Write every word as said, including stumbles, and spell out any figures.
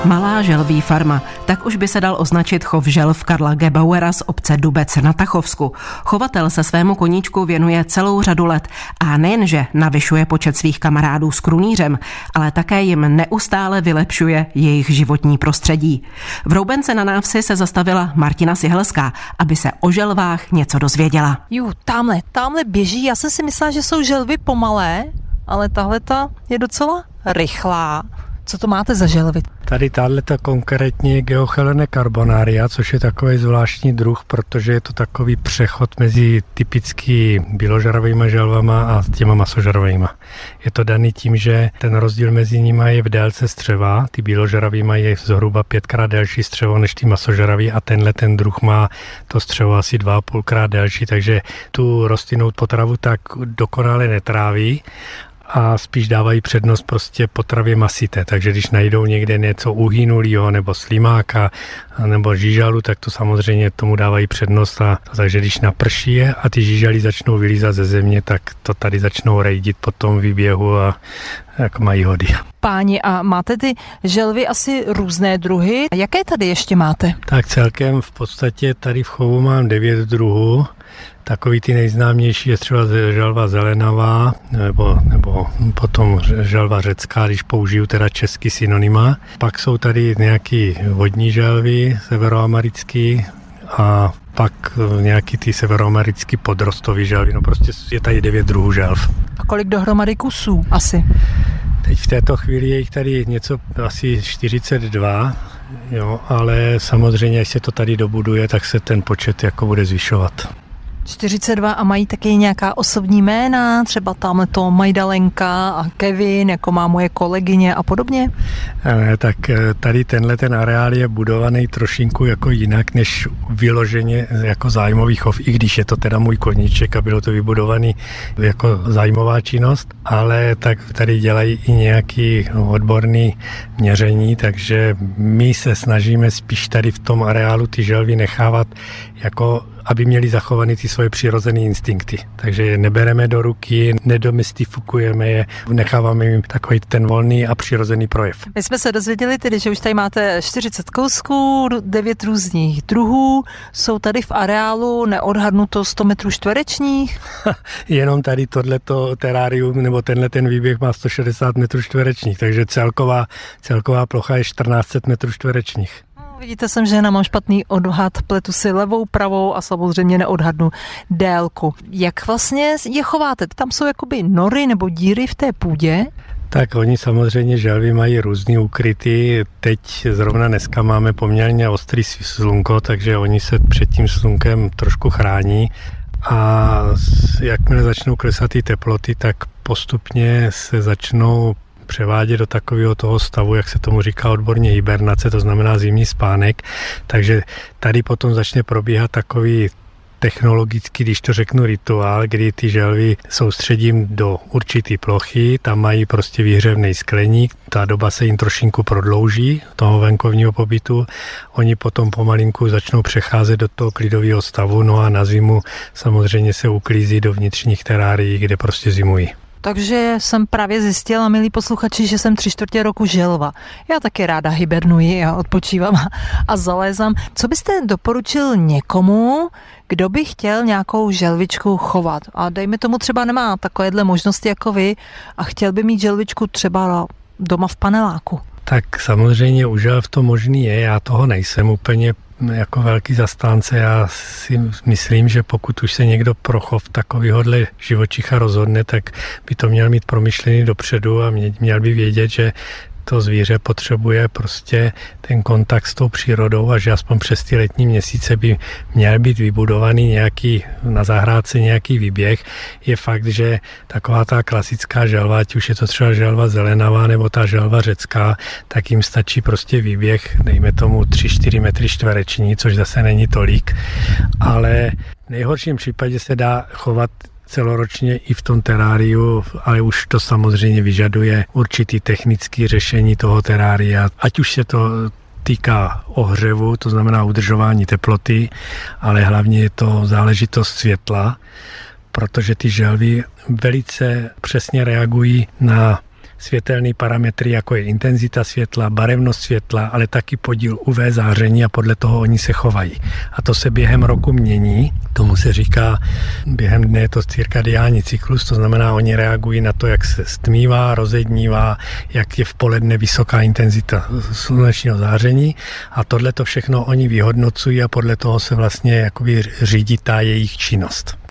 Malá želví farma, tak už by se dal označit chov želv Karla Gebauera z obce Dubec na Tachovsku. Chovatel se svému koníčku věnuje celou řadu let a nejenže navyšuje počet svých kamarádů s krunýřem, ale také jim neustále vylepšuje jejich životní prostředí. V Roubence na Návsi se zastavila Martina Sihelská, aby se o želvách něco dozvěděla. Jú, tamhle, tamhle běží, já jsem si myslela, že jsou želvy pomalé, ale tahleta je docela rychlá. Co to máte za želvy? Tady tahleta konkrétně je Geochelene carbonaria, což je takový zvláštní druh, protože je to takový přechod mezi typicky bíložravýma želvama a těma masožravýma. Je to daný tím, že ten rozdíl mezi nimi je v délce střeva. Ty bíložravý mají zhruba pětkrát delší střevo než ty masožravý a tenhle ten druh má to střevo asi dva a půlkrát delší, takže tu rostlinnou potravu tak dokonale netráví a spíš dávají přednost prostě potravě masité. Takže když najdou někde něco uhynulýho nebo slimáka nebo žížalu, tak to samozřejmě tomu dávají přednost. A takže když naprší je a ty žížaly začnou vylízat ze země, tak to tady začnou rejdit po tom výběhu a jako mají hody. Páni, a máte ty želvy asi různé druhy. A jaké tady ještě máte? Tak celkem v podstatě tady v chovu mám devět druhů. Takový ty nejznámější je třeba želva zelenavá, nebo, nebo potom želva řecká, když použiju teda český synonyma. Pak jsou tady nějaký vodní želvy, severoamerický, a pak nějaký ty severoamerický podrostový želvy. No prostě je tady devět druhů želv. A kolik dohromady kusů asi? Teď v této chvíli je jich tady něco asi čtyřicet dva, jo, ale samozřejmě, až se to tady dobuduje, tak se ten počet jako bude zvyšovat. čtyřicet dva a mají taky nějaká osobní jména, třeba tamhle to Majdalenka a Kevin, jako má moje kolegyně a podobně? E, tak tady tenhle ten areál je budovaný trošinku jako jinak, než vyloženě jako zájmový chov, i když je to teda můj koníček a bylo to vybudovaný jako zájmová činnost, ale tak tady dělají i nějaký odborný měření, takže my se snažíme spíš tady v tom areálu ty želvy nechávat jako aby měli zachovaný ty svoje přirozené instinkty. Takže je nebereme do ruky, nedomystifikujeme je, necháváme jim takový ten volný a přirozený projev. My jsme se dozvěděli tedy, že už tady máte čtyřicet kousků, devět různých druhů, jsou tady v areálu neodhadnuto sto metrů čtverečních. Jenom tady tohleto terárium nebo tenhle ten výběh má sto šedesát metrů čtverečních, takže celková, celková plocha je čtrnáct set metrů čtverečních. Vidíte, jsem žena, mám špatný odhad, pletu si levou, pravou a samozřejmě neodhadnu délku. Jak vlastně je chováte? Tam jsou jakoby nory nebo díry v té půdě? Tak oni samozřejmě želvy mají různý ukryty. Teď zrovna dneska máme poměrně ostrý slunko, takže oni se před tím slunkem trošku chrání. A jakmile začnou klesat ty teploty, tak postupně se začnou převádět do takového toho stavu, jak se tomu říká odborně hibernace, to znamená zimní spánek. Takže tady potom začne probíhat takový technologicky, když to řeknu, rituál, kdy ty želvy soustředím do určitý plochy, tam mají prostě výhřevný skleník, ta doba se jim trošinku prodlouží, toho venkovního pobytu, oni potom pomalinku začnou přecházet do toho klidového stavu, no a na zimu samozřejmě se uklízí do vnitřních terárií, kde prostě zimují. Takže jsem právě zjistila, milí posluchači, že jsem tři čtvrtě roku želva. Já taky ráda hibernuji a odpočívám a zalézám. Co byste doporučil někomu, kdo by chtěl nějakou želvičku chovat? A dejme tomu třeba nemá takovéhle možnosti jako vy a chtěl by mít želvičku třeba doma v paneláku. Tak samozřejmě u želv to možný je, já toho nejsem úplně jako velký zastánce. Já si myslím, že pokud už se někdo pro chov takovýhodle živočicha rozhodne, tak by to měl mít promyšlený dopředu a měl by vědět, že to zvíře potřebuje prostě ten kontakt s tou přírodou a že aspoň přes ty letní měsíce by měl být vybudovaný nějaký, na zahrádce nějaký výběh. Je fakt, že taková ta klasická želva, ať už je to třeba želva zelenavá nebo ta želva řecká, tak jim stačí prostě výběh, dejme tomu tři čtyři metry čtvereční, což zase není tolik, ale v nejhorším případě se dá chovat celoročně i v tom teráriu, ale už to samozřejmě vyžaduje určitý technický řešení toho terária. Ať už se to týká ohřevu, to znamená udržování teploty, ale hlavně je to záležitost světla, protože ty želvy velice přesně reagují na světelné parametry, jako je intenzita světla, barevnost světla, ale taky podíl U V záření a podle toho oni se chovají. A to se během roku mění, tomu se říká, během dne je to cirkadiální cyklus, to znamená, oni reagují na to, jak se stmívá, rozednívá, jak je v poledne vysoká intenzita slunečního záření a tohle to všechno oni vyhodnocují a podle toho se vlastně jakoby řídí ta jejich činnost.